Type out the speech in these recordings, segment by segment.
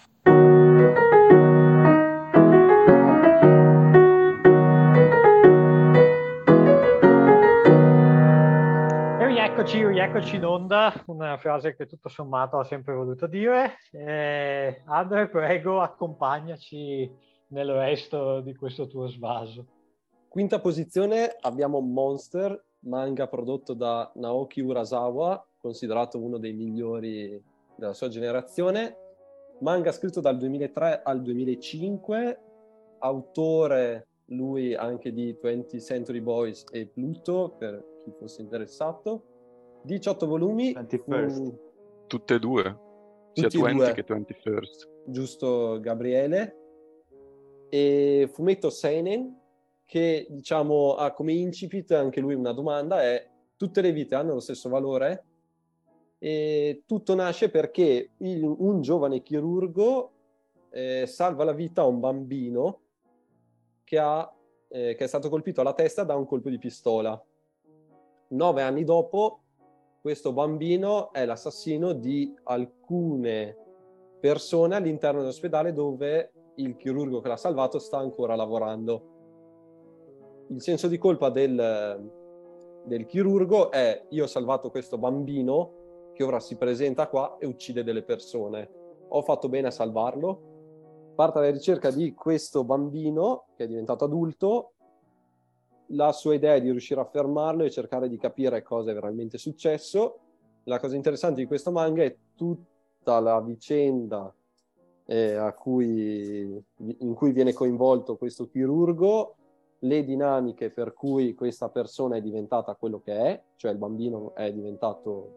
Rieccoci in onda, una frase che tutto sommato ho sempre voluto dire. Andre, prego, accompagnaci nel resto di questo tuo svaso. Quinta posizione abbiamo Monster, manga prodotto da Naoki Urasawa, considerato uno dei migliori della sua generazione. Manga scritto dal 2003 al 2005, autore lui anche di 20th Century Boys e Pluto, per chi fosse interessato. 18 volumi. 21st. Tutte e due. Sia Tutti e 20 due. che 21st. Giusto, Gabriele. E fumetto seinen, che diciamo ha come incipit anche lui una domanda, è: tutte le vite hanno lo stesso valore? E tutto nasce perché un giovane chirurgo salva la vita a un bambino che è stato colpito alla testa da un colpo di pistola. 9 anni dopo, questo bambino è l'assassino di alcune persone all'interno dell'ospedale dove il chirurgo che l'ha salvato sta ancora lavorando. Il senso di colpa del chirurgo è: io ho salvato questo bambino che ora si presenta qua e uccide delle persone. Ho fatto bene a salvarlo? Parte alla ricerca di questo bambino che è diventato adulto. La sua idea è di riuscire a fermarlo e cercare di capire cosa è veramente successo. La cosa interessante di questo manga è tutta la vicenda in cui viene coinvolto questo chirurgo, le dinamiche per cui questa persona è diventata quello che è, cioè il bambino è diventato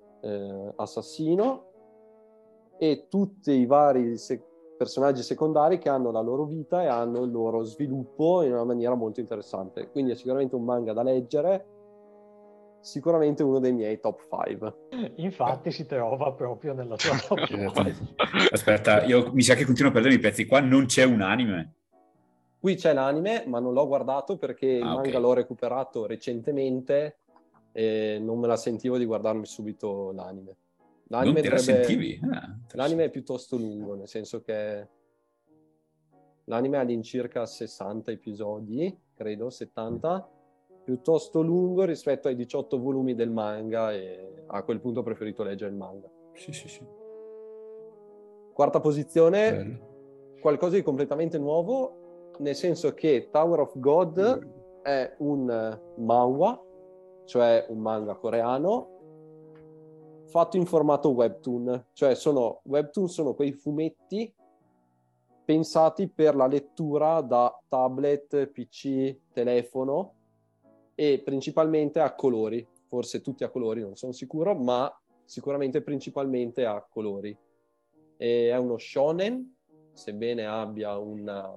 assassino, e tutti i vari personaggi secondari che hanno la loro vita e hanno il loro sviluppo in una maniera molto interessante. Quindi è sicuramente un manga da leggere, sicuramente uno dei miei top 5. Infatti si trova proprio nella tua top 5. Aspetta, mi sa che continuo a perdermi i pezzi. Qua non c'è un anime. Qui c'è l'anime, ma non l'ho guardato perché il manga l'ho recuperato recentemente e non me la sentivo di guardarmi subito l'anime. Non te la sentivi? L'anime è piuttosto lungo, nel senso che l'anime ha all'incirca 60 episodi, credo, 70, piuttosto lungo rispetto ai 18 volumi del manga, e a quel punto ho preferito leggere il manga. Sì. Quarta posizione, Bello. Qualcosa di completamente nuovo, nel senso che Tower of God è un manhwa, cioè un manga coreano, fatto in formato webtoon, cioè sono quei fumetti pensati per la lettura da tablet, PC, telefono, e principalmente a colori, forse tutti a colori, non sono sicuro, ma sicuramente principalmente a colori. E è uno shonen, sebbene abbia una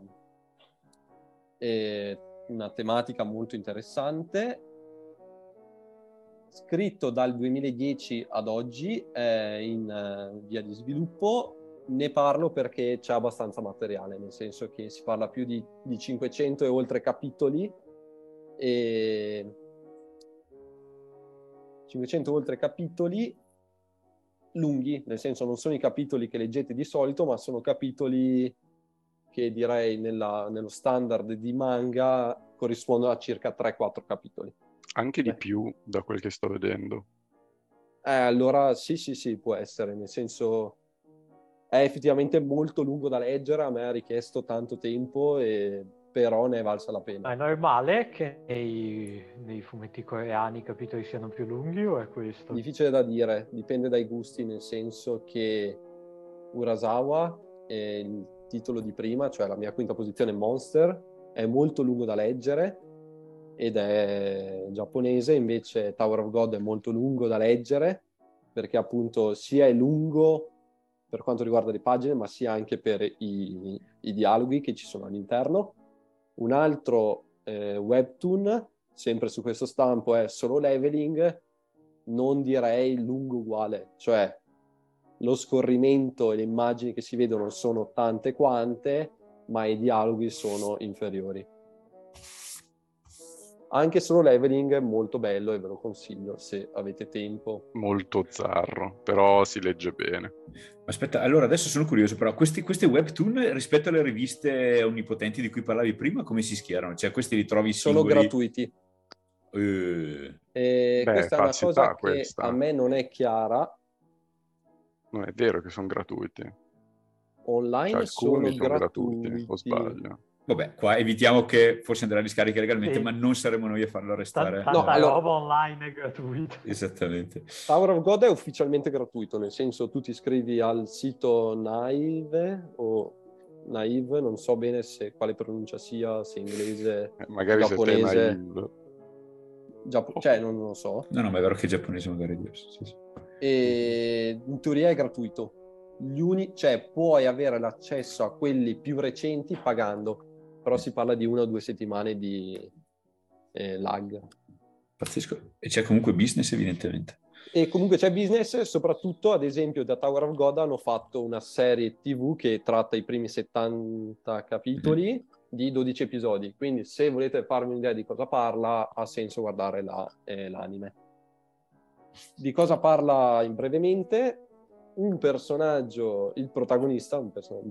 tematica molto interessante. Scritto dal 2010 ad oggi, è in via di sviluppo. Ne parlo perché c'è abbastanza materiale, nel senso che si parla più di 500 e oltre capitoli, e 500 oltre capitoli lunghi, nel senso non sono i capitoli che leggete di solito, ma sono capitoli che direi nello standard di manga corrispondono a circa 3-4 capitoli. Anche di più, da quel che sto vedendo. Allora sì, può essere, nel senso è effettivamente molto lungo da leggere, a me ha richiesto tanto tempo, però ne è valsa la pena. Ma è normale che nei fumetti coreani i capitoli siano più lunghi, o è questo? Difficile da dire, dipende dai gusti, nel senso che Urasawa, il titolo di prima, cioè la mia quinta posizione, Monster, è molto lungo da leggere ed è giapponese, invece Tower of God è molto lungo da leggere perché appunto sia è lungo per quanto riguarda le pagine, ma sia anche per i dialoghi che ci sono all'interno. Un altro webtoon, sempre su questo stampo, è Solo Leveling. Non direi lungo uguale, cioè lo scorrimento e le immagini che si vedono sono tante quante, ma i dialoghi sono inferiori. Anche Solo Leveling è molto bello e ve lo consiglio se avete tempo. Molto zarro, però si legge bene. Aspetta, allora adesso sono curioso, però queste webtoon rispetto alle riviste onnipotenti di cui parlavi prima, come si schierano? Cioè questi li trovi Sono singoli? gratuiti. Beh, Questa è una falsità cosa che questa. a me non è chiara. Non è vero che sono gratuiti. Cioè, Online alcuni sono gratuiti, o gratuiti. sbaglio? Vabbè, qua evitiamo che forse andrà di scarica legalmente, Sì. ma non saremo noi a farlo restare. No, Tanta allora- roba online è gratuita. Esattamente. Tower of God è ufficialmente gratuito, nel senso tu ti iscrivi al sito Naive o Naive, non so bene quale pronuncia sia, se inglese, Magari se te giapponese, naive. cioè non lo so. No, ma è vero che il giapponese magari è diverso. Sì, sì. E in teoria è gratuito. Cioè puoi avere l'accesso a quelli più recenti pagando, però si parla di 1 o 2 settimane di lag. Pazzesco. E c'è comunque business, evidentemente. E comunque c'è business, soprattutto ad esempio da Tower of God hanno fatto una serie TV che tratta i primi 70 capitoli di 12 episodi, quindi se volete farvi un'idea di cosa parla ha senso guardare l'anime. Di cosa parla brevemente? Un personaggio, il protagonista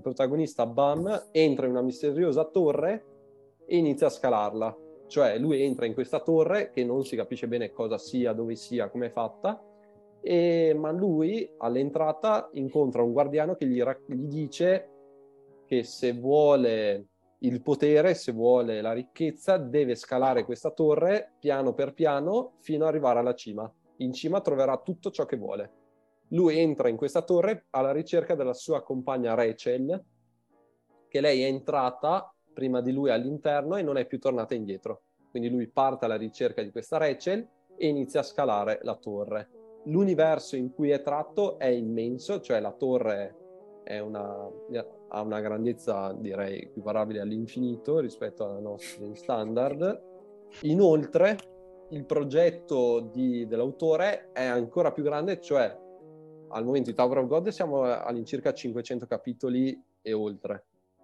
Bam, entra in una misteriosa torre e inizia a scalarla. Cioè lui entra in questa torre che non si capisce bene cosa sia, dove sia, come è fatta, ma lui all'entrata incontra un guardiano che gli dice che se vuole il potere, se vuole la ricchezza, deve scalare questa torre piano per piano fino ad arrivare alla cima. In cima troverà tutto ciò che vuole. Lui entra in questa torre alla ricerca della sua compagna Rachel, che lei è entrata prima di lui all'interno e non è più tornata indietro. Quindi lui parte alla ricerca di questa Rachel e inizia a scalare la torre. L'universo in cui è tratto è immenso, cioè la torre ha una grandezza direi equiparabile all'infinito rispetto alla nostra standard. Inoltre il progetto dell'autore è ancora più grande, cioè al momento di Tower of God siamo all'incirca 500 capitoli e oltre.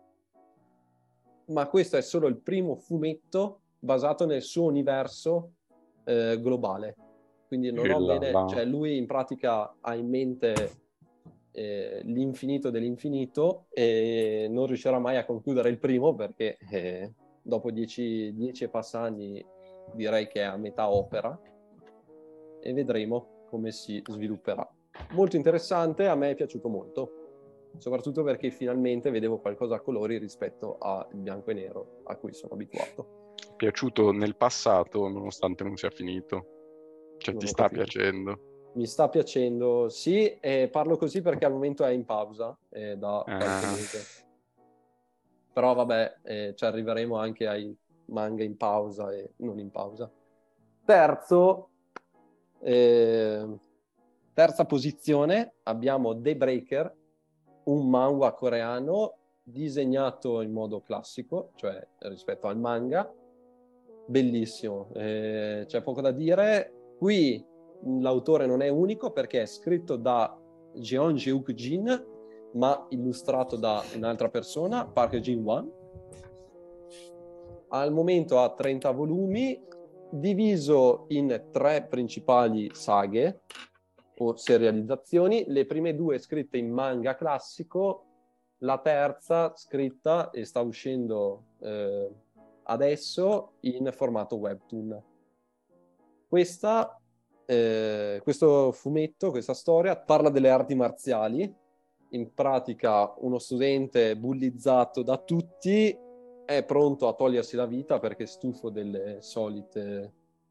Ma questo è solo il primo fumetto basato nel suo universo globale. Quindi non ho bene, cioè lui in pratica ha in mente l'infinito dell'infinito e non riuscirà mai a concludere il primo perché dopo 10 e passa anni direi che è a metà opera e vedremo come si svilupperà. Molto interessante, a me è piaciuto molto, soprattutto perché finalmente vedevo qualcosa a colori rispetto al bianco e nero a cui sono abituato. È piaciuto nel passato nonostante non sia finito? Cioè Non ti ho sta capito. piacendo? Mi sta piacendo, sì, e parlo così perché al momento è in pausa da qualche mese. Però vabbè, ci arriveremo anche ai manga in pausa e non in pausa. Terza posizione abbiamo The Breaker, un manhwa coreano disegnato in modo classico, cioè rispetto al manga. Bellissimo, c'è poco da dire. Qui l'autore non è unico perché è scritto da Jeon Jeuk-jin ma illustrato da un'altra persona, Park Jin-won. Al momento ha 30 volumi, diviso in 3 principali saghe o serializzazioni. Le prime 2 scritte in manga classico, la terza scritta e sta uscendo adesso in formato webtoon. Questo fumetto, questa storia, parla delle arti marziali. In pratica uno studente bullizzato da tutti è pronto a togliersi la vita perché è stufo dei soliti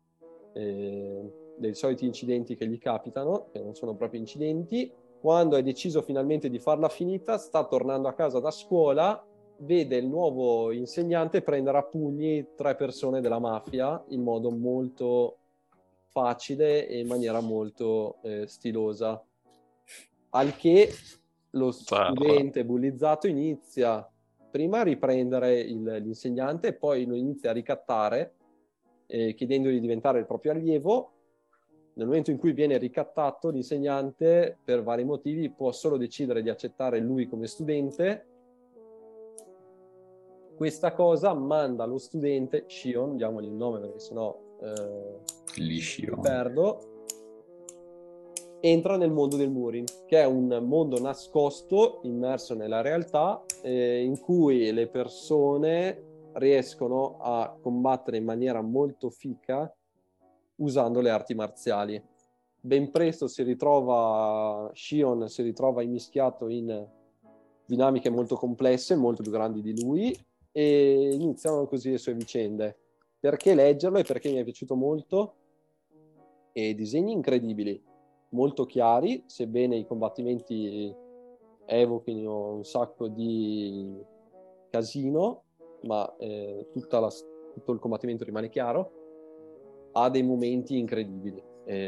incidenti che gli capitano, che non sono proprio incidenti. Quando è deciso finalmente di farla finita, sta tornando a casa da scuola, vede il nuovo insegnante prendere a pugni 3 persone della mafia in modo molto facile e in maniera molto stilosa. Al che lo studente bullizzato inizia prima a riprendere l'insegnante e poi lo inizia a ricattare chiedendogli di diventare il proprio allievo. Nel momento in cui viene ricattato, l'insegnante per vari motivi può solo decidere di accettare lui come studente. questa cosa manda lo studente, Shion, diamogli il nome perché sennò Shion. perdo, entra nel mondo del Murin, che è un mondo nascosto, immerso nella realtà, in cui le persone riescono a combattere in maniera molto fica usando le arti marziali. Ben presto Shion si ritrova immischiato in dinamiche molto complesse, molto più grandi di lui, e iniziano così le sue vicende. Perché leggerlo e perché mi è piaciuto molto, e disegni incredibili, molto chiari, sebbene i combattimenti evochino un sacco di casino, ma tutto il combattimento rimane chiaro, ha dei momenti incredibili.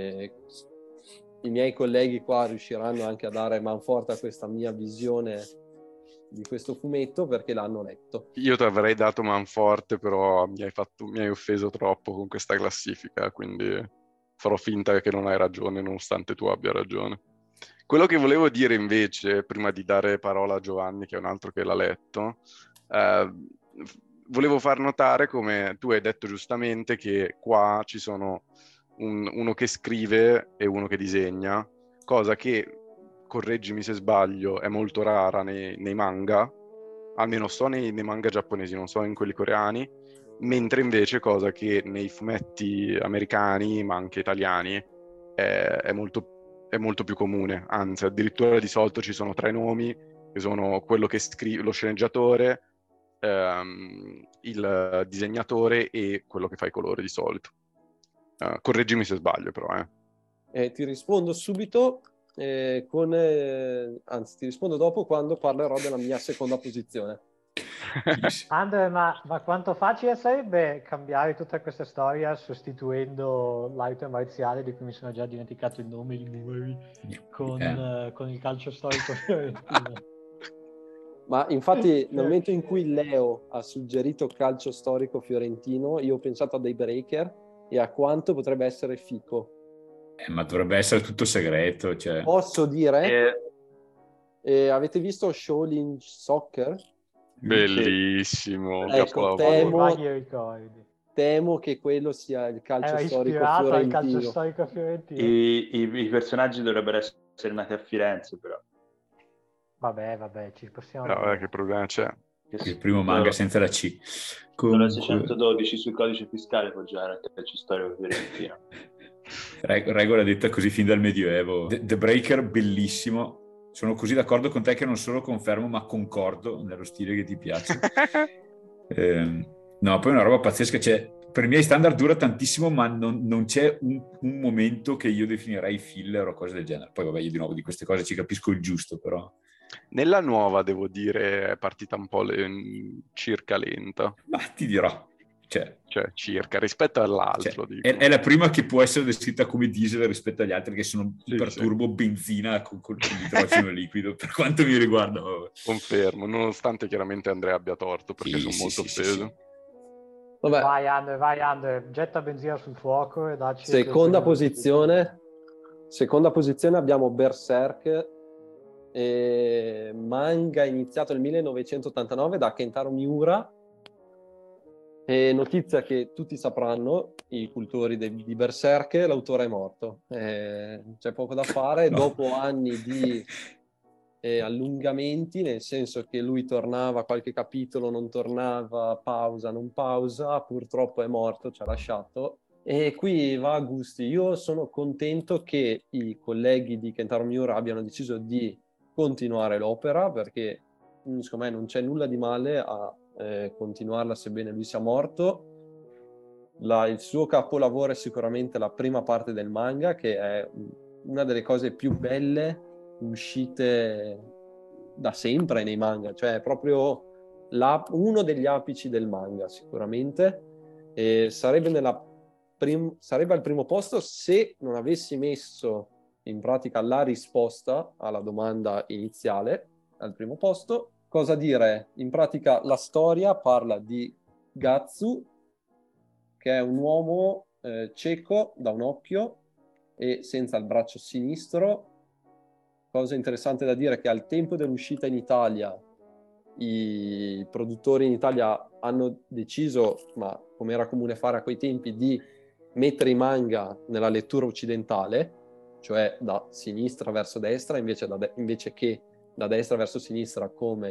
I miei colleghi qua riusciranno anche a dare manforte a questa mia visione di questo fumetto perché l'hanno letto. Io ti avrei dato manforte, però mi hai offeso troppo con questa classifica, quindi farò finta che non hai ragione, nonostante tu abbia ragione. Quello che volevo dire invece, prima di dare parola a Giovanni, che è un altro che l'ha letto, volevo far notare, come tu hai detto giustamente, che qua ci sono uno che scrive e uno che disegna, cosa che, correggimi se sbaglio, è molto rara nei manga, almeno so nei manga giapponesi, non so in quelli coreani, mentre invece, cosa che nei fumetti americani, ma anche italiani, è molto più comune. Anzi, addirittura di solito ci sono 3 nomi, che sono quello che scrive, lo sceneggiatore, il disegnatore e quello che fa i colori di solito. Correggimi se sbaglio, però. Ti rispondo subito, anzi ti rispondo dopo quando parlerò della mia seconda posizione. Andre, ma quanto facile sarebbe cambiare tutta questa storia sostituendo l'arte marziale, di cui mi sono già dimenticato il nome, i numeri, con il calcio storico fiorentino? Ma infatti nel momento in cui Leo ha suggerito calcio storico fiorentino, io ho pensato a Daybreaker e a quanto potrebbe essere fico. Ma dovrebbe essere tutto segreto, cioè. Posso dire? Avete visto Shaolin Soccer? Bellissimo, Ecco, temo che quello sia il calcio storico fiorentino. Al calcio storico fiorentino. I personaggi dovrebbero essere nati a Firenze, però. Vabbè, ci possiamo... che problema c'è? Il primo manga senza la C. Comunque... 612 sul codice fiscale può giocare al calcio storico fiorentino. Regola detta così fin dal Medioevo. The Breaker, bellissimo. Sono così d'accordo con te che non solo confermo, ma concordo nello stile che ti piace. No, poi è una roba pazzesca. Cioè, per i miei standard dura tantissimo, ma non c'è un momento che io definirei filler o cose del genere. Poi vabbè, io di nuovo di queste cose ci capisco il giusto, però... Nella nuova, devo dire, è partita un po' circa lenta. Ma ti dirò. Cioè circa, rispetto all'altro. È la prima che può essere descritta come diesel rispetto agli altri che sono iperturbo benzina con l'idrogeno liquido, per quanto mi riguarda. Confermo, nonostante chiaramente Andrea abbia torto, perché sono molto offeso. Vabbè. Vai Andre, getta benzina sul fuoco e dacci... Seconda posizione abbiamo Berserk, manga iniziato nel 1989 da Kentaro Miura. Notizia che tutti sapranno, i cultori di Berserk, l'autore è morto. C'è poco da fare, dopo anni di allungamenti, nel senso che lui tornava qualche capitolo, non tornava, pausa, non pausa, purtroppo è morto, ci ha lasciato. E qui va a gusti. Io sono contento che i colleghi di Kentaro Miura abbiano deciso di continuare l'opera, perché secondo me non c'è nulla di male a continuarla sebbene lui sia morto. Il suo capolavoro è sicuramente la prima parte del manga, che è una delle cose più belle uscite da sempre nei manga, cioè è proprio uno degli apici del manga sicuramente, e sarebbe al primo posto se non avessi messo in pratica la risposta alla domanda iniziale al primo posto. Cosa dire? In pratica la storia parla di Gatsu, che è un uomo cieco da un occhio e senza il braccio sinistro. Cosa interessante da dire è che al tempo dell'uscita in Italia i produttori in Italia hanno deciso, ma come era comune fare a quei tempi, di mettere i manga nella lettura occidentale, cioè da sinistra verso destra, invece che da destra verso sinistra come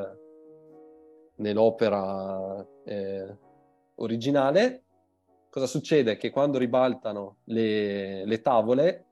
nell'opera originale. Cosa succede? Che quando ribaltano le tavole,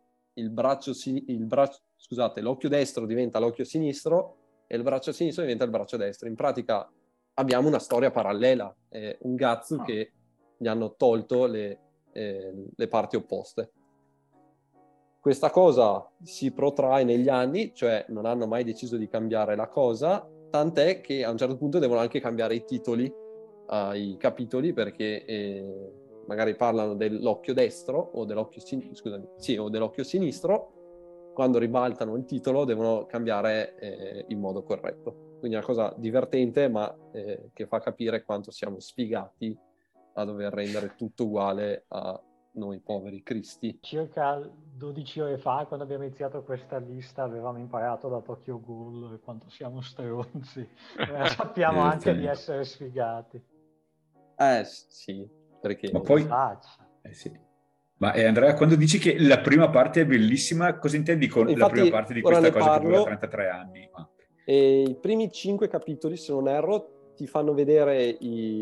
l'occhio destro diventa l'occhio sinistro e il braccio sinistro diventa il braccio destro. In pratica abbiamo una storia parallela, un Gatsu che gli hanno tolto le parti opposte. Questa cosa si protrae negli anni, cioè non hanno mai deciso di cambiare la cosa, tant'è che a un certo punto devono anche cambiare i titoli ai capitoli, perché magari parlano dell'occhio destro o dell'occhio sinistro. Quando ribaltano il titolo devono cambiare in modo corretto. Quindi è una cosa divertente, ma che fa capire quanto siamo sfigati a dover rendere tutto uguale a noi poveri cristi. Circa 12 ore fa, quando abbiamo iniziato questa lista, avevamo imparato da Tokyo Ghoul quanto siamo stronzi. Sappiamo anche di essere sfigati. Sì, perché... Ma poi... sì. Ma Andrea, quando dici che la prima parte è bellissima, cosa intendi con la prima parte di questa cosa che dura 33 anni? I primi 5 capitoli, se non erro, ti fanno vedere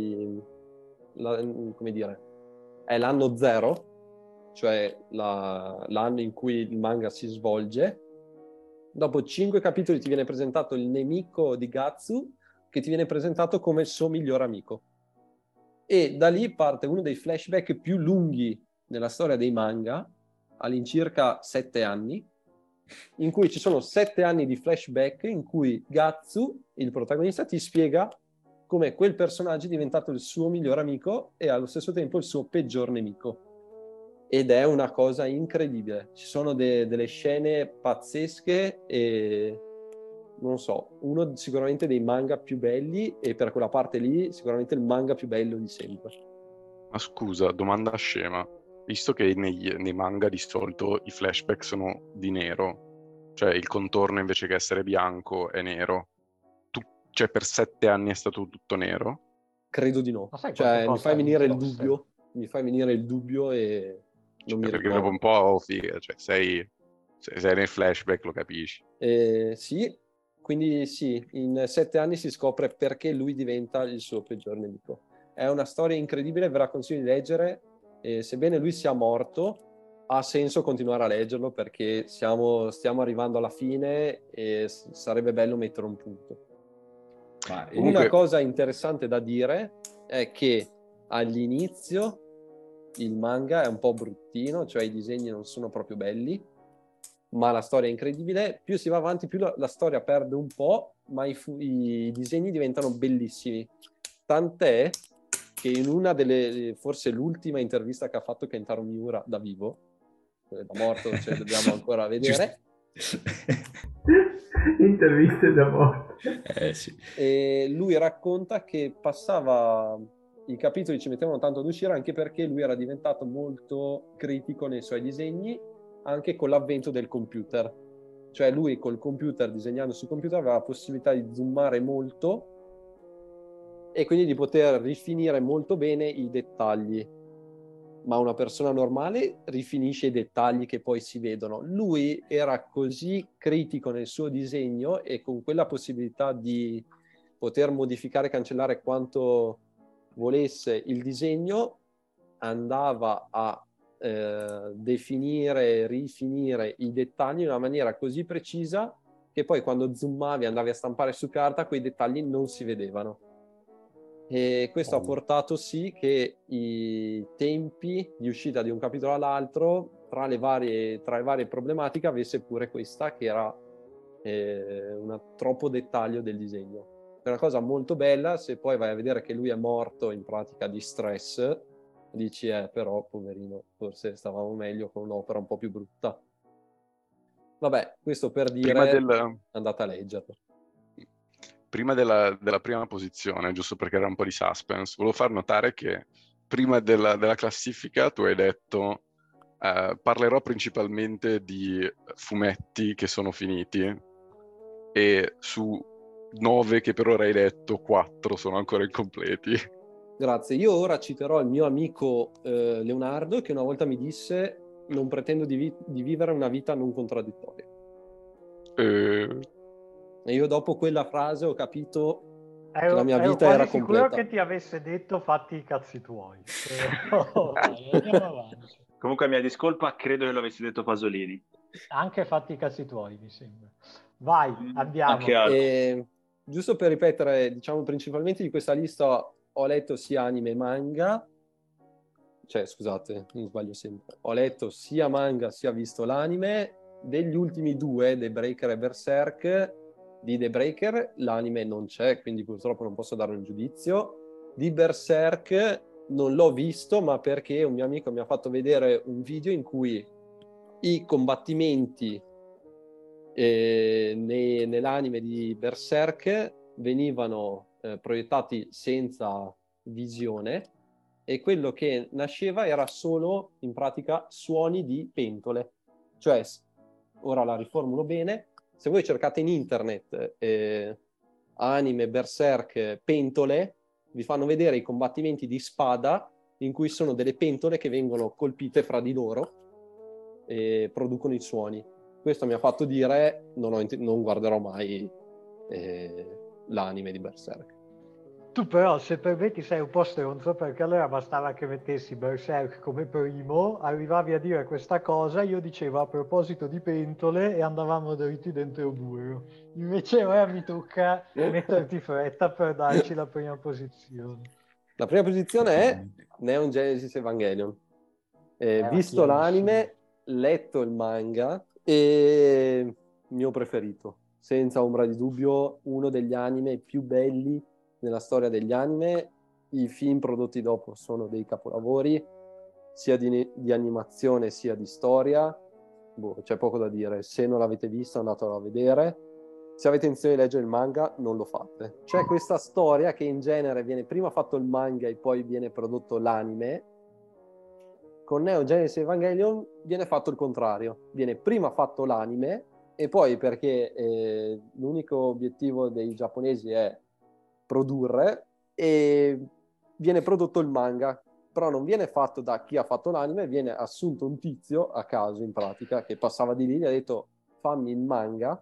come dire, è l'anno 0, cioè l'anno in cui il manga si svolge. Dopo 5 capitoli ti viene presentato il nemico di Gatsu, che ti viene presentato come il suo miglior amico. E da lì parte uno dei flashback più lunghi nella storia dei manga, all'incirca 7 anni, in cui ci sono 7 anni di flashback in cui Gatsu, il protagonista, ti spiega come quel personaggio è diventato il suo miglior amico e allo stesso tempo il suo peggior nemico. Ed è una cosa incredibile. Ci sono delle scene pazzesche e non so, uno sicuramente dei manga più belli, e per quella parte lì sicuramente il manga più bello di sempre. Ma scusa, domanda scema. Visto che nei manga di solito i flashback sono di nero, cioè il contorno invece che essere bianco è nero, cioè per 7 anni è stato tutto nero? Credo di no. Cioè mi fai venire il dubbio e non mi ricordo. Perché dopo un po' figa, cioè sei nel flashback, lo capisci. Sì, quindi sì, in 7 anni si scopre perché lui diventa il suo peggior nemico. È una storia incredibile, ve la consiglio di leggere. Sebbene lui sia morto, ha senso continuare a leggerlo perché stiamo arrivando alla fine e sarebbe bello mettere un punto. Ma una cosa interessante da dire è che all'inizio il manga è un po' bruttino, cioè i disegni non sono proprio belli, ma la storia è incredibile. Più si va avanti, più la storia perde un po', ma i disegni diventano bellissimi. Tant'è che in una forse l'ultima intervista che ha fatto Kentaro Miura da vivo, da morto, cioè dobbiamo ancora vedere. Interviste da morto. Sì. E lui racconta che i capitoli ci mettevano tanto ad uscire anche perché lui era diventato molto critico nei suoi disegni, anche con l'avvento del computer. Cioè lui col computer, disegnando sul computer, aveva la possibilità di zoomare molto e quindi di poter rifinire molto bene i dettagli. Ma una persona normale rifinisce i dettagli che poi si vedono. Lui era così critico nel suo disegno e con quella possibilità di poter modificare e cancellare quanto volesse il disegno, andava a definire e rifinire i dettagli in una maniera così precisa che poi quando zoomavi, andavi a stampare su carta, quei dettagli non si vedevano. E questo ha portato sì che i tempi di uscita di un capitolo all'altro, tra le varie problematiche, avesse pure questa che era un troppo dettaglio del disegno. È una cosa molto bella. Se poi vai a vedere che lui è morto in pratica di stress, dici però poverino, forse stavamo meglio con un'opera un po' più brutta. Vabbè, questo per dire andate a leggerlo. Prima della prima posizione, giusto perché era un po' di suspense, volevo far notare che prima della classifica tu hai detto parlerò principalmente di fumetti che sono finiti, e su 9 che per ora hai letto, 4 sono ancora incompleti. Grazie. Io ora citerò il mio amico Leonardo, che una volta mi disse: non pretendo di vivere una vita non contraddittoria. E io dopo quella frase ho capito che la mia vita era quasi sicuro completa. che ti avesse detto fatti i cazzi tuoi. Vai, andiamo avanti. Comunque, a mia discolpa, credo che lo avessi detto Pasolini. Anche fatti i cazzi tuoi, mi sembra. Vai, andiamo. Anche altro. E, giusto per ripetere, diciamo principalmente di questa lista ho letto sia anime e manga. Cioè, scusate, mi sbaglio sempre. Ho letto sia manga sia visto l'anime. Degli ultimi due, The Breaker e Berserk, di The Breaker l'anime non c'è, quindi purtroppo non posso dare un giudizio. Di Berserk non l'ho visto, ma perché un mio amico mi ha fatto vedere un video in cui i combattimenti nell'anime di Berserk venivano proiettati senza visione, e quello che nasceva era solo in pratica suoni di pentole. Cioè, ora la riformulo bene, se voi cercate in internet anime, Berserk, pentole, vi fanno vedere i combattimenti di spada in cui sono delle pentole che vengono colpite fra di loro e producono i suoni. Questo mi ha fatto dire non guarderò mai l'anime di Berserk. Tu però, se permetti, sei un po' stronzo, perché allora bastava che mettessi Berserk come primo, arrivavi a dire questa cosa, io dicevo a proposito di pentole e andavamo dritti dentro duro. Invece ora mi tocca metterti fretta per darci la prima posizione. La prima posizione è Neon Genesis Evangelion. Visto l'anime, letto il manga, e mio preferito, senza ombra di dubbio, uno degli anime più belli nella storia degli anime. I film prodotti dopo sono dei capolavori, sia di animazione sia di storia. C'è poco da dire. Se non l'avete visto, andatelo a vedere. Se avete intenzione di leggere il manga, non lo fate. C'è questa storia che in genere viene prima fatto il manga e poi viene prodotto l'anime. Con Neo Genesis Evangelion viene fatto il contrario. Viene prima fatto l'anime e poi, perché l'unico obiettivo dei giapponesi è produrre, e viene prodotto il manga. Però non viene fatto da chi ha fatto l'anime, viene assunto un tizio a caso, in pratica, che passava di lì e gli ha detto: fammi il manga.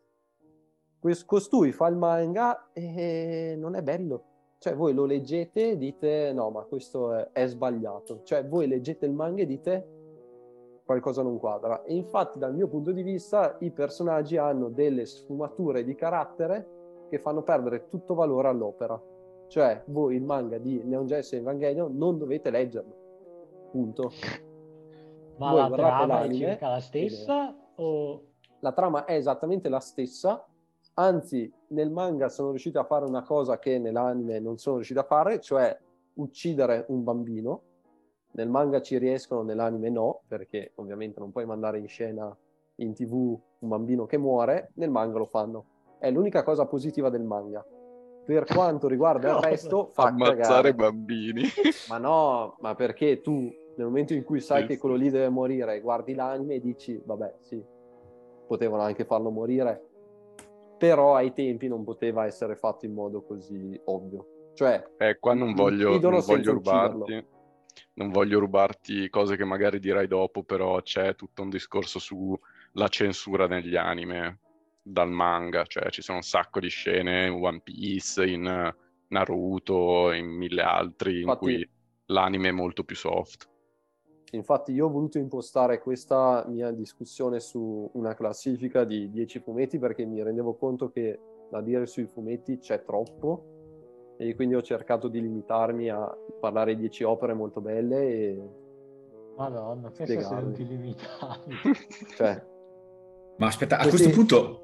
Costui fa il manga e non è bello. Cioè, voi lo leggete e dite: no, ma questo è sbagliato. Cioè, voi leggete il manga e dite: qualcosa non quadra. E infatti, dal mio punto di vista, i personaggi hanno delle sfumature di carattere che fanno perdere tutto valore all'opera. Cioè, voi il manga di Neon Genesis Evangelion non dovete leggerlo. Punto. Ma voi la guardate trama è l'anime, circa la stessa? O... La trama è esattamente la stessa, anzi nel manga sono riusciti a fare una cosa che nell'anime non sono riusciti a fare, cioè uccidere un bambino. Nel manga ci riescono, nell'anime no, perché ovviamente non puoi mandare in scena in TV un bambino che muore. Nel manga lo fanno. È l'unica cosa positiva del manga. Per quanto riguarda il resto, fa ammazzare cagare. bambini. Ma no, ma perché tu nel momento in cui sai Sì, che quello lì deve morire, guardi l'anime e dici: vabbè, sì, potevano anche farlo morire, però ai tempi non poteva essere fatto in modo così ovvio. Cioè, qua non voglio ucciderlo. non voglio rubarti cose che magari dirai dopo, però c'è tutto un discorso sulla censura negli anime dal manga, cioè ci sono un sacco di scene in One Piece, in Naruto, in mille altri, in cui l'anime è molto più soft. Infatti io ho voluto impostare questa mia discussione su una classifica di 10 fumetti, perché mi rendevo conto che da dire sui fumetti c'è troppo, e quindi ho cercato di limitarmi a parlare di 10 opere molto belle e Madonna, pensa se non ti limitavi. Cioè, ma aspetta, a questo punto...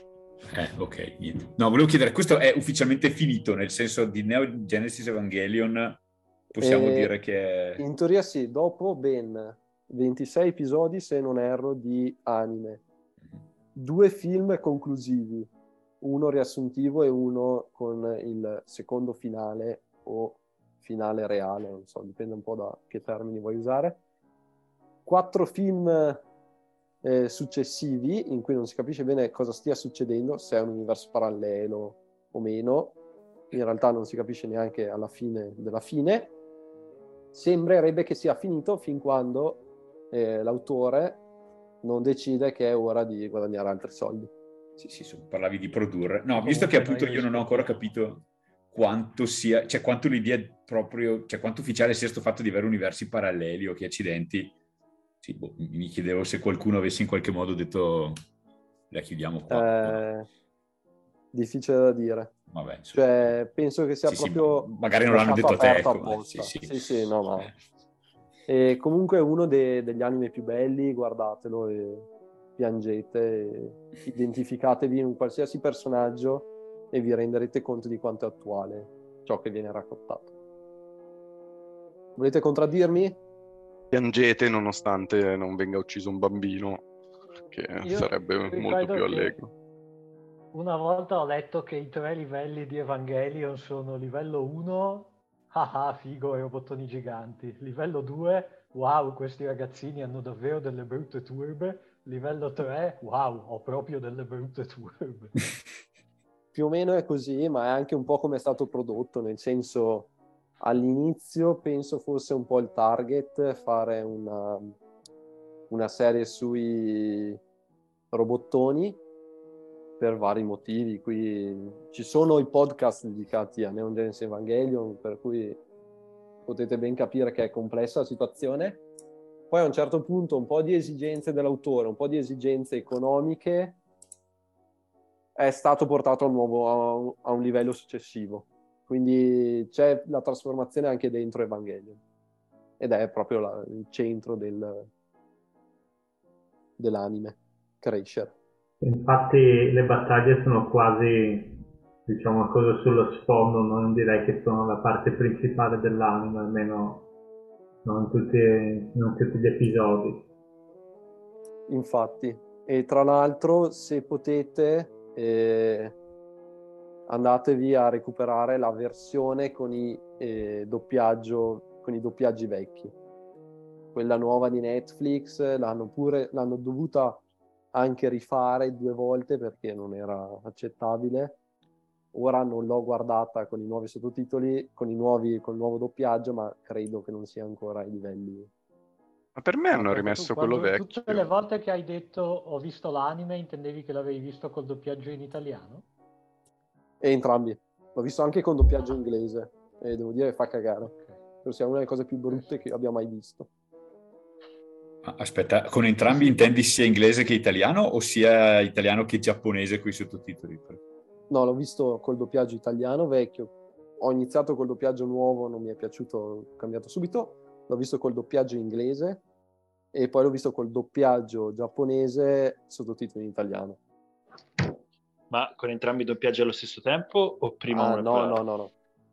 ok, niente. No, volevo chiedere, questo è ufficialmente finito, nel senso di Neo Genesis Evangelion possiamo dire che... In teoria sì, dopo ben 26 episodi, se non erro, di anime. 2 film conclusivi, uno riassuntivo e uno con il secondo finale o finale reale, non so, dipende un po' da che termini vuoi usare. 4 film successivi in cui non si capisce bene cosa stia succedendo, se è un universo parallelo o meno, in realtà non si capisce neanche alla fine della fine. Sembrerebbe che sia finito fin quando l'autore non decide che è ora di guadagnare altri soldi. Sì, parlavi di produrre. No, visto che appunto io non ho ancora capito quanto sia, cioè quanto l'idea proprio, cioè quanto ufficiale sia sto fatto di avere universi paralleli o che accidenti. Sì, mi chiedevo se qualcuno avesse in qualche modo detto la chiudiamo qua. Difficile da dire. Vabbè, cioè, penso che sia proprio magari non l'hanno detto a te, apposta. Sì, no, ma e comunque è uno degli anime più belli, guardatelo e piangete, e identificatevi in un qualsiasi personaggio e vi renderete conto di quanto è attuale ciò che viene raccontato. Volete contraddirmi? Piangete nonostante non venga ucciso un bambino, che sarebbe molto più allegro. Una volta ho letto che i 3 livelli di Evangelion sono livello 1, figo, e robottoni giganti. Livello 2, wow, questi ragazzini hanno davvero delle brutte turbe. Livello 3, wow, ho proprio delle brutte turbe. Più o meno è così, ma è anche un po' come è stato prodotto, nel senso, all'inizio penso fosse un po' il target fare una serie sui robottoni, per vari motivi. Qui ci sono i podcast dedicati a Neon Genesis Evangelion, per cui potete ben capire che è complessa la situazione. Poi a un certo punto un po' di esigenze dell'autore, un po' di esigenze economiche, è stato portato a un livello successivo. Quindi c'è la trasformazione anche dentro Evangelion, ed è proprio il centro dell'anime, crescere. Infatti le battaglie sono quasi, diciamo, una cosa sullo sfondo, non direi che sono la parte principale dell'anime, almeno non tutti gli episodi. Infatti, e tra l'altro, se potete, andatevi a recuperare la versione con i doppiaggi vecchi. Quella nuova di Netflix l'hanno dovuta anche rifare 2 volte perché non era accettabile. Ora non l'ho guardata con i nuovi sottotitoli, con il nuovo doppiaggio, ma credo che non sia ancora ai livelli. Ma per me hanno rimesso quello vecchio. Tutte le volte che hai detto ho visto l'anime, intendevi che l'avevi visto col doppiaggio in italiano? E entrambi. L'ho visto anche con doppiaggio inglese e devo dire che fa cagare. Credo sia una delle cose più brutte che abbia mai visto. Aspetta, con entrambi intendi sia inglese che italiano o sia italiano che giapponese con i sottotitoli? No, l'ho visto col doppiaggio italiano vecchio. Ho iniziato col doppiaggio nuovo, non mi è piaciuto, ho cambiato subito. L'ho visto col doppiaggio inglese e poi l'ho visto col doppiaggio giapponese, sottotitoli in italiano. Ma con entrambi i doppiaggi allo stesso tempo o prima No.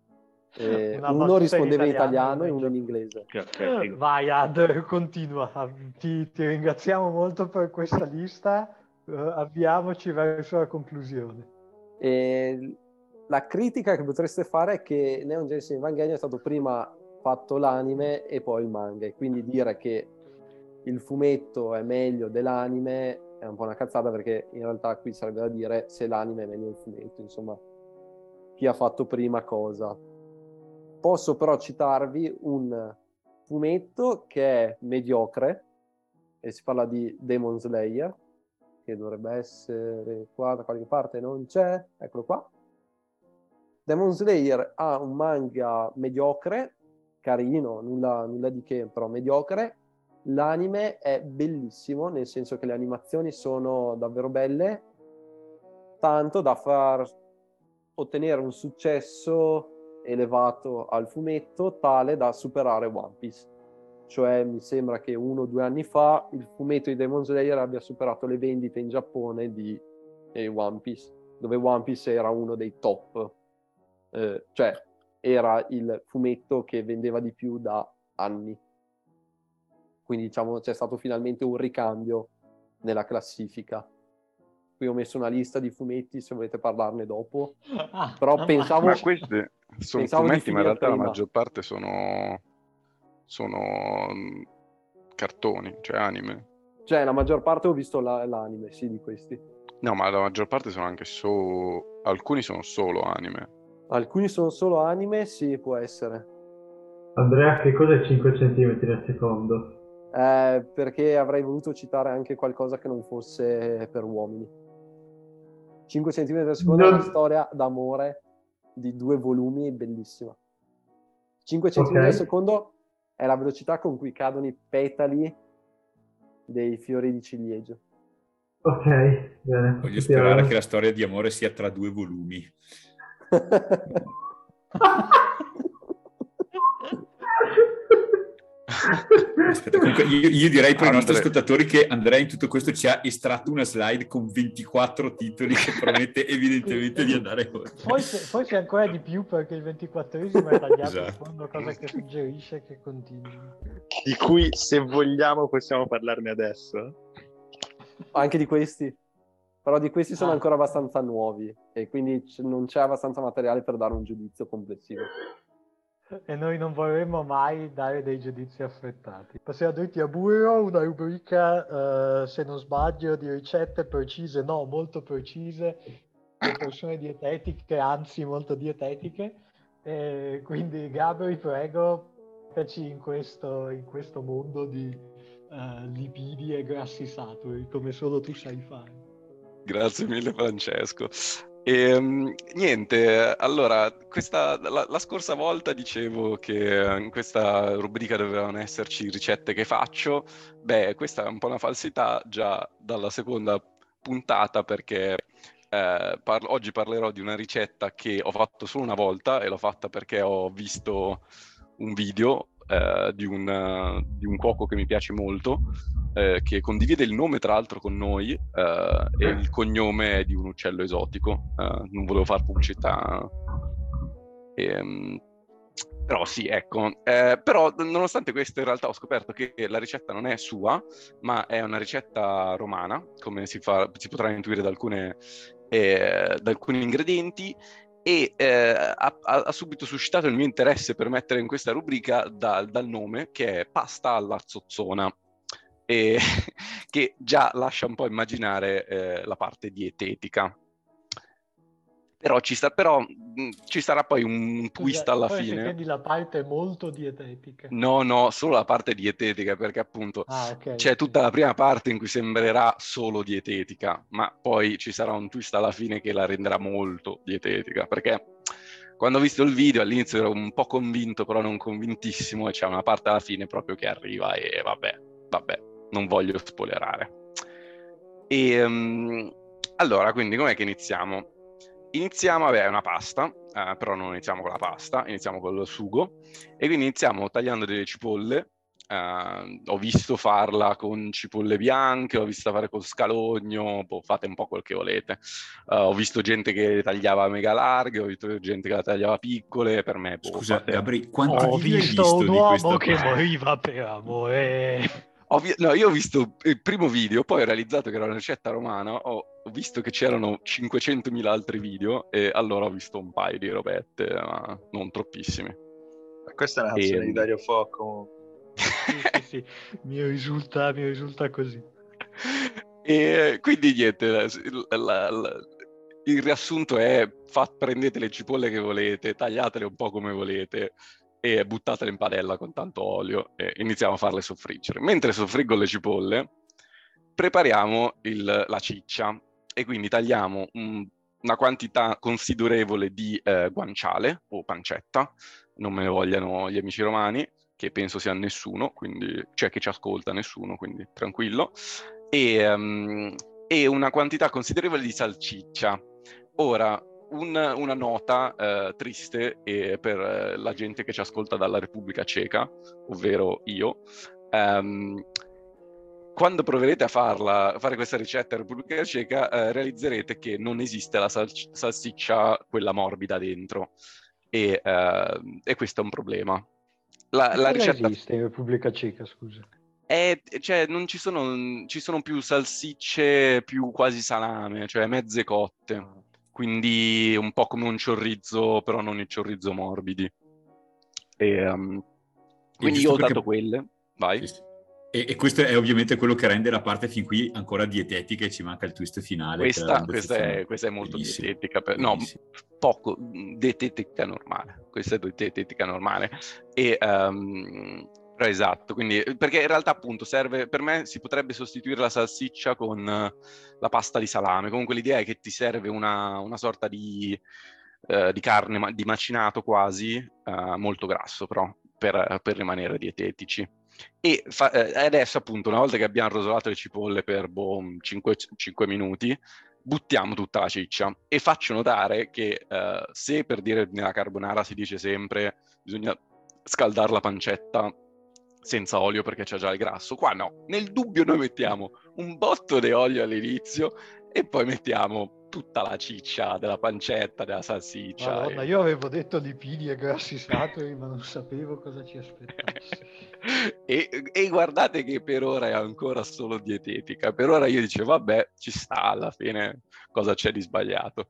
Uno rispondeva in italiano e uno in inglese. Okay, vai Ad, continua. Ti ringraziamo molto per questa lista. Avviamoci verso la conclusione. E la critica che potreste fare è che Neon Genesis Evangelion è stato prima fatto l'anime e poi il manga, e quindi dire che il fumetto è meglio dell'anime è un po' una cazzata, perché in realtà qui sarebbe da dire se l'anime è meglio del fumetto, insomma, chi ha fatto prima cosa. Posso però citarvi un fumetto che è mediocre, e si parla di Demon Slayer, che dovrebbe essere qua da qualche parte, non c'è, eccolo qua. Demon Slayer ha un manga mediocre, carino, nulla di che, però mediocre. L'anime è bellissimo, nel senso che le animazioni sono davvero belle, tanto da far ottenere un successo elevato al fumetto tale da superare One Piece. Cioè mi sembra che 1 o 2 anni fa il fumetto di Demon Slayer abbia superato le vendite in Giappone di One Piece, dove One Piece era uno dei top, cioè era il fumetto che vendeva di più da anni. Quindi diciamo c'è stato finalmente un ricambio nella classifica. Qui ho messo una lista di fumetti se volete parlarne dopo, però pensavo... Ma questi sono fumetti, ma in realtà prima. la maggior parte sono cartoni, cioè anime. Cioè la maggior parte ho visto l'anime, sì, di questi. No, ma la maggior parte sono anche Alcuni sono solo anime. Alcuni sono solo anime, sì, può essere. Andrea, che cos'è 5 centimetri al secondo? Perché avrei voluto citare anche qualcosa che non fosse per uomini. 5 centimetri al secondo è una storia d'amore di 2 volumi bellissima. 5 centimetri al secondo è la velocità con cui cadono i petali dei fiori di ciliegio. Ok, bene. Voglio sperare che la storia di amore sia tra 2 volumi. Aspetta, comunque io direi per i nostri ascoltatori che Andrea in tutto questo ci ha estratto una slide con 24 titoli che promette evidentemente di andare oltre. Forse ancora di più perché il 24esimo è tagliato Esatto. in fondo, cosa che suggerisce che continui. Di cui, se vogliamo, possiamo parlarne adesso. Anche di questi. Però di questi sono ancora abbastanza nuovi e quindi non c'è abbastanza materiale per dare un giudizio complessivo. E noi non vorremmo mai dare dei giudizi affrettati. Passiamo dritti a burro, una rubrica, se non sbaglio, di ricette precise, no, molto precise, per persone dietetiche, anzi molto dietetiche. Quindi Gabri, prego, metterci in questo mondo di lipidi e grassi saturi, come solo tu sai fare. Grazie mille Francesco. Niente, allora, la scorsa volta dicevo che in questa rubrica dovevano esserci ricette che faccio. Beh, questa è un po' una falsità già dalla seconda puntata, perché oggi parlerò di una ricetta che ho fatto solo una volta e l'ho fatta perché ho visto un video di un cuoco che mi piace molto, che condivide il nome tra l'altro con noi, e il cognome è di un uccello esotico. Non volevo fare pubblicità, però sì, ecco. Però nonostante questo in realtà ho scoperto che la ricetta non è sua, ma è una ricetta romana, come si potrà intuire da alcuni ingredienti, e ha subito suscitato il mio interesse per mettere in questa rubrica dal nome, che è pasta alla zozzona, e che già lascia un po' immaginare la parte dietetica. Però ci sarà poi un twist alla Poi fine. intendi la parte molto dietetica. No, solo la parte dietetica, perché appunto c'è tutta la prima parte in cui sembrerà solo dietetica, ma poi ci sarà un twist alla fine che la renderà molto dietetica, perché quando ho visto il video all'inizio ero un po' convinto, però non convintissimo, e c'è una parte alla fine proprio che arriva e vabbè, non voglio spoilerare. Allora, quindi com'è che iniziamo? È una pasta, però non iniziamo con la pasta, iniziamo con il sugo, e quindi iniziamo tagliando delle cipolle. Ho visto farla con cipolle bianche, ho visto fare con scalogno, fate un po' quel che volete. Ho visto gente che le tagliava mega larghe, ho visto gente che la tagliava piccole, per me Scusa, fate. Gabri, quanti Ho video hai visto visto un di uomo questa che pasta? moriva per amore. No, io ho visto il primo video, poi ho realizzato che era una ricetta romana, ho visto che c'erano 500.000 altri video, e allora ho visto un paio di robette, ma non troppissimi. Questa è una canzone di Dario Fo, comunque. Sì, mi risulta così. E quindi niente, il riassunto è: prendete le cipolle che volete, tagliatele un po' come volete e buttatele in padella con tanto olio e iniziamo a farle soffriggere. Mentre soffriggo le cipolle, prepariamo la ciccia, e quindi tagliamo una quantità considerevole di guanciale o pancetta, non me ne vogliano gli amici romani, che penso sia nessuno, quindi, cioè che ci ascolta nessuno, quindi tranquillo, e una quantità considerevole di salsiccia. Ora, una nota triste per la gente che ci ascolta dalla Repubblica Ceca, ovvero io. Quando proverete a fare questa ricetta in Repubblica Ceca, realizzerete che non esiste la salsiccia, quella morbida dentro, e questo è un problema. La ricetta esiste in Repubblica Ceca, scusa? cioè, non ci sono più salsicce, più quasi salame, cioè mezze cotte. Quindi un po' come un chorizo, però non i chorizo morbidi. Quindi io ho dato quelle. Vai. Sì. E questo è ovviamente quello che rende la parte fin qui ancora dietetica e ci manca il twist finale. Questa è molto bellissimo, dietetica, bellissimo. poco dietetica normale. Questa è dietetica normale. E, però esatto, quindi, perché in realtà appunto serve, per me si potrebbe sostituire la salsiccia con la pasta di salame. Comunque l'idea è che ti serve una sorta di carne, di macinato quasi, molto grasso però, per rimanere dietetici. E adesso appunto, una volta che abbiamo arrosolato le cipolle per 5 minuti, buttiamo tutta la ciccia e faccio notare che se per dire nella carbonara si dice sempre bisogna scaldare la pancetta senza olio perché c'è già il grasso, qua no, nel dubbio noi mettiamo un botto di olio all'inizio e poi mettiamo tutta la ciccia della pancetta, della salsiccia. Madonna, io avevo detto lipidi e grassi saturi, ma non sapevo cosa ci aspettasse. e guardate che per ora è ancora solo dietetica. Per ora io dicevo, vabbè, ci sta alla fine, cosa c'è di sbagliato?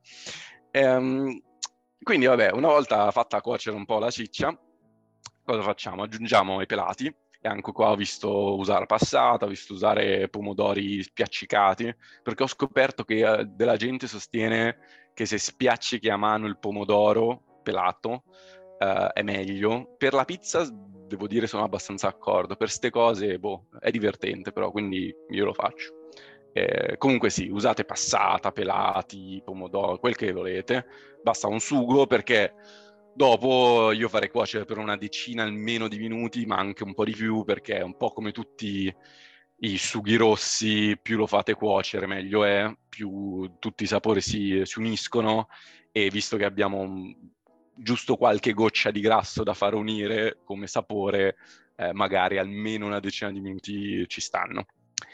Quindi, vabbè, una volta fatta cuocere un po' la ciccia, cosa facciamo? Aggiungiamo i pelati. E anche qua ho visto usare passata, ho visto usare pomodori spiaccicati, perché ho scoperto che della gente sostiene che se spiaccichi a mano il pomodoro pelato è meglio. Per la pizza, devo dire, sono abbastanza d'accordo. Per ste cose, è divertente però, quindi io lo faccio. Comunque sì, usate passata, pelati, pomodoro, quel che volete. Basta un sugo perché... Dopo io farei cuocere per una decina almeno di minuti, ma anche un po' di più, perché è un po' come tutti i sughi rossi, più lo fate cuocere meglio è, più tutti i sapori si uniscono, e visto che abbiamo giusto qualche goccia di grasso da far unire come sapore, magari almeno una decina di minuti ci stanno.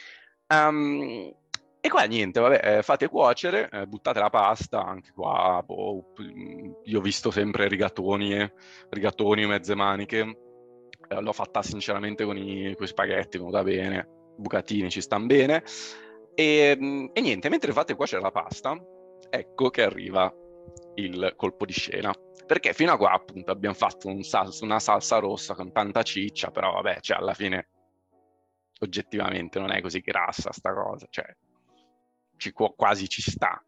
E qua niente, vabbè, fate cuocere, buttate la pasta, anche qua, io ho visto sempre rigatoni o mezze maniche, l'ho fatta sinceramente con i spaghetti, venuta bene, bucatini ci stanno bene, e niente, mentre fate cuocere la pasta, ecco che arriva il colpo di scena, perché fino a qua appunto abbiamo fatto una salsa rossa con tanta ciccia, però vabbè, cioè alla fine oggettivamente non è così grassa sta cosa, cioè quasi ci sta.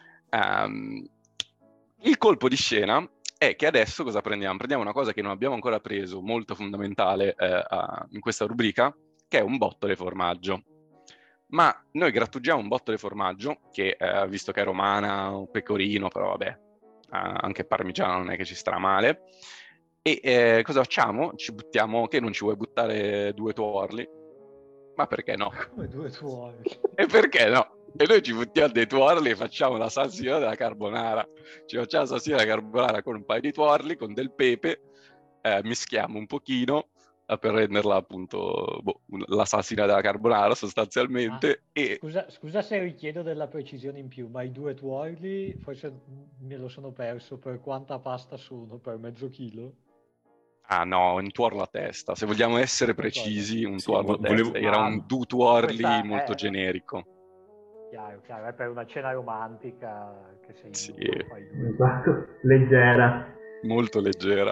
Il colpo di scena è che adesso cosa prendiamo? Prendiamo una cosa che non abbiamo ancora preso, molto fondamentale in questa rubrica, che è un bottolo di formaggio. Ma noi grattugiamo un bottolo di formaggio, che visto che è romana, un pecorino, però vabbè, anche parmigiano non è che ci starà male. E cosa facciamo? Ci buttiamo, che non ci vuoi buttare 2 tuorli? Ma perché no? Come 2 tuorli? E perché no? E noi ci buttiamo dei tuorli e facciamo la salsina della carbonara. Ci facciamo la salsina della carbonara con un paio di tuorli, con del pepe, mischiamo un pochino per renderla appunto la salsina della carbonara sostanzialmente. E... Scusa se richiedo della precisione in più, ma i 2 tuorli, forse me lo sono perso, per quanta pasta sono? Per mezzo chilo? Ah no, un tuorlo a testa. Se vogliamo essere precisi, un tuorlo a testa. Era un due tuorli molto generico. Chiaro, è per una cena romantica che sei sì. Esatto, leggera. Molto leggera.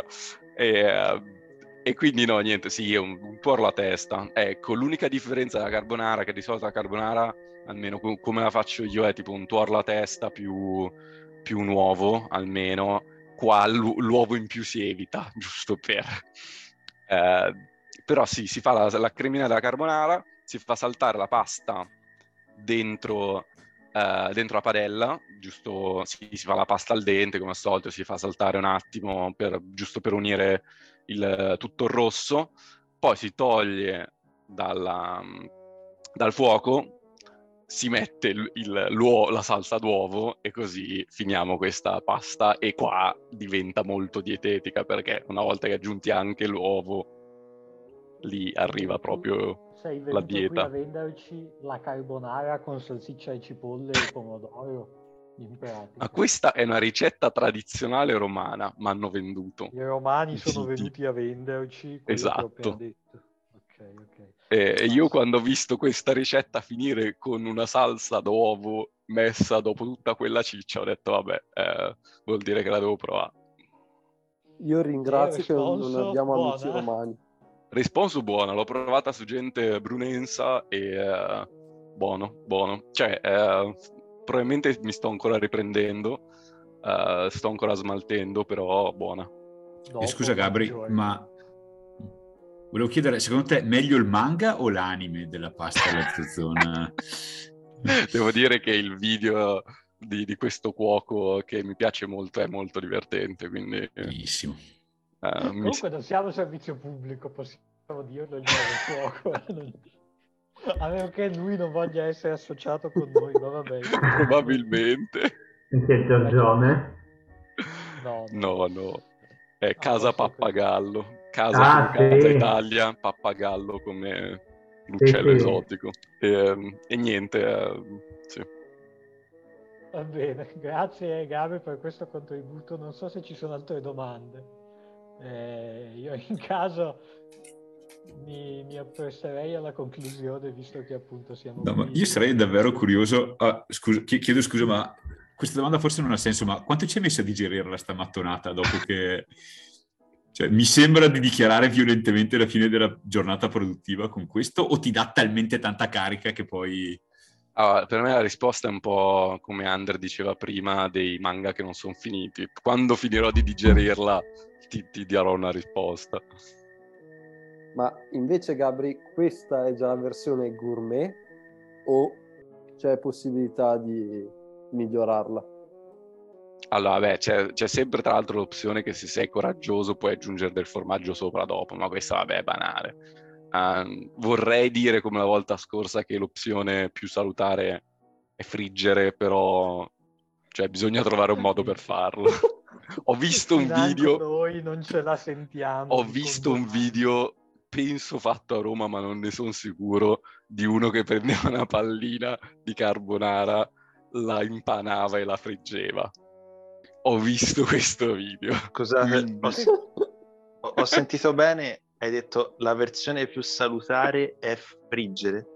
E quindi no, niente, sì, è un tuorlo a testa. Ecco, l'unica differenza della carbonara, che di solito la carbonara, almeno come la faccio io, è tipo un tuorlo a testa più un uovo, almeno. Qua l'uovo in più si evita, giusto per... però sì, si fa la cremina della carbonara, si fa saltare la pasta dentro la padella, giusto, si fa la pasta al dente come al solito, si fa saltare un attimo giusto per unire tutto il rosso, poi si toglie dal fuoco, si mette la salsa d'uovo e così finiamo questa pasta, e qua diventa molto dietetica perché una volta che aggiunti anche l'uovo lì arriva proprio sei la venuto dieta. qui a venderci la carbonara con salsiccia e cipolle e pomodoro in pratica. Ma questa è una ricetta tradizionale romana, mi hanno venduto. I romani sono venuti a venderci quello che ho appena detto. Ok. E io quando ho visto questa ricetta finire con una salsa d'uovo messa dopo tutta quella ciccia, ho detto vabbè, vuol dire che la devo provare. Io ringrazio che non abbiamo amici romani. Responso buona, l'ho provata su gente brunensa e buono. Cioè, probabilmente mi sto ancora riprendendo, sto ancora smaltendo, però buona. E scusa Gabri, ma volevo chiedere, secondo te meglio il manga o l'anime della pasta alla zozzona? Devo dire che il video di questo cuoco che mi piace molto è molto divertente, quindi... Benissimo. Comunque non siamo servizio pubblico, possiamo dirlo, il nuovo cuoco. A meno che lui non voglia essere associato con noi, ma vabbè. Probabilmente. Che Giorgione? No. È Casa Pappagallo. Casa Ah, come Casa sì. Italia, Pappagallo come l'uccello Sì. esotico. E niente, sì. Va bene, grazie Gabi per questo contributo. Non so se ci sono altre domande. Io in caso mi appresserei alla conclusione, visto che appunto siamo No, qui. ma io sarei davvero curioso. Chiedo scusa, ma questa domanda forse non ha senso, ma quanto ci hai messo a digerirla sta mattonata dopo che... Cioè, mi sembra di dichiarare violentemente la fine della giornata produttiva con questo, o ti dà talmente tanta carica che poi... Per me la risposta è un po' come Ander diceva prima dei manga che non sono finiti. Quando finirò di digerirla ti darò una risposta. Ma invece Gabri, questa è già la versione gourmet o c'è possibilità di migliorarla? Allora, beh, c'è sempre tra l'altro l'opzione che se sei coraggioso puoi aggiungere del formaggio sopra dopo, ma questa vabbè è banale. Vorrei dire come la volta scorsa che l'opzione più salutare è friggere, però cioè, bisogna trovare un modo per farlo. Ho visto un video... Noi non ce la sentiamo. Ho visto un video, penso fatto a Roma, ma non ne sono sicuro, di uno che prendeva una pallina di carbonara, la impanava e la friggeva. Ho visto questo video. Scusate, ho sentito bene, hai detto la versione più salutare è friggere?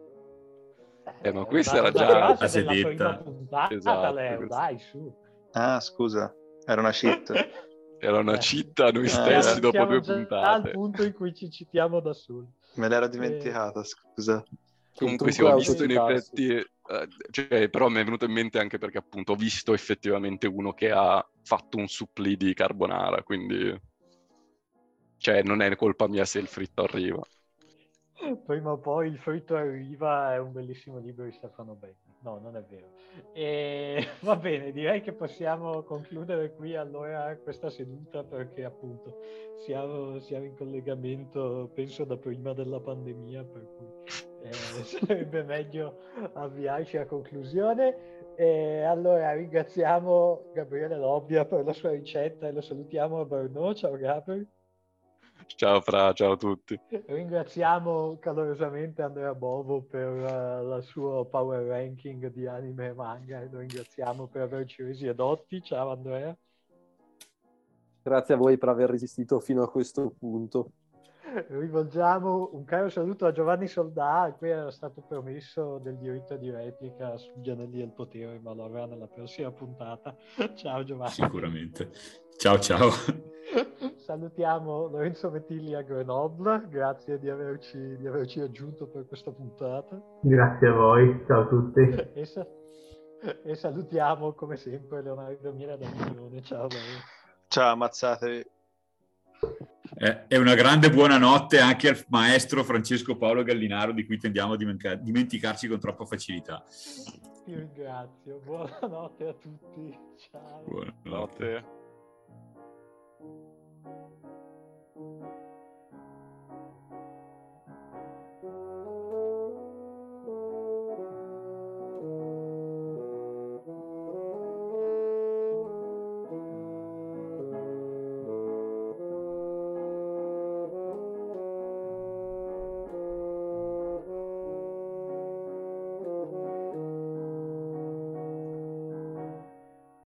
Ma questa era una già frase della prima sedetta. puntata, Esatto, Leo, questo. dai, su. Ah, scusa, era una cheat. Era una cheat a noi Siamo- stessi dopo siamo 2 già puntate. al punto in cui ci citiamo da soli. Me l'ero dimenticata, scusa. Comunque sì, ho visto in effetti, cioè, però mi è venuto in mente anche perché appunto ho visto effettivamente uno che ha fatto un supplì di carbonara, quindi cioè non è colpa mia se il fritto arriva. Prima o poi il fritto arriva, è un bellissimo libro di Stefano Becchi. No, non è vero. Va bene, direi che possiamo concludere qui allora questa seduta, perché appunto siamo in collegamento, penso, da prima della pandemia, per cui sarebbe meglio avviarci a conclusione. Allora ringraziamo Gabriele Lobbia per la sua ricetta e lo salutiamo a Brno. Ciao Gabriele. Ciao Fra, ciao a tutti. Ringraziamo calorosamente Andrea Bovo per il suo power ranking di anime e manga, e lo ringraziamo per averci resi edotti. Ciao Andrea. Grazie a voi per aver resistito fino a questo punto. Rivolgiamo un caro saluto a Giovanni Soldà, a cui era stato promesso del diritto di replica sugli Anelli del Potere, ma lo avrà nella prossima puntata. Ciao Giovanni. Sicuramente. Ciao ciao. Salutiamo Lorenzo Metilli a Grenoble, grazie di averci aggiunto per questa puntata. Grazie a voi, ciao a tutti. E salutiamo come sempre Leonardo Miera da Miglione. Ciao Leo. Ciao, ammazzatevi. È una grande buonanotte anche al maestro Francesco Paolo Gallinaro, di cui tendiamo a dimenticarci con troppa facilità. Ti ringrazio, buonanotte a tutti. Ciao. Buonanotte.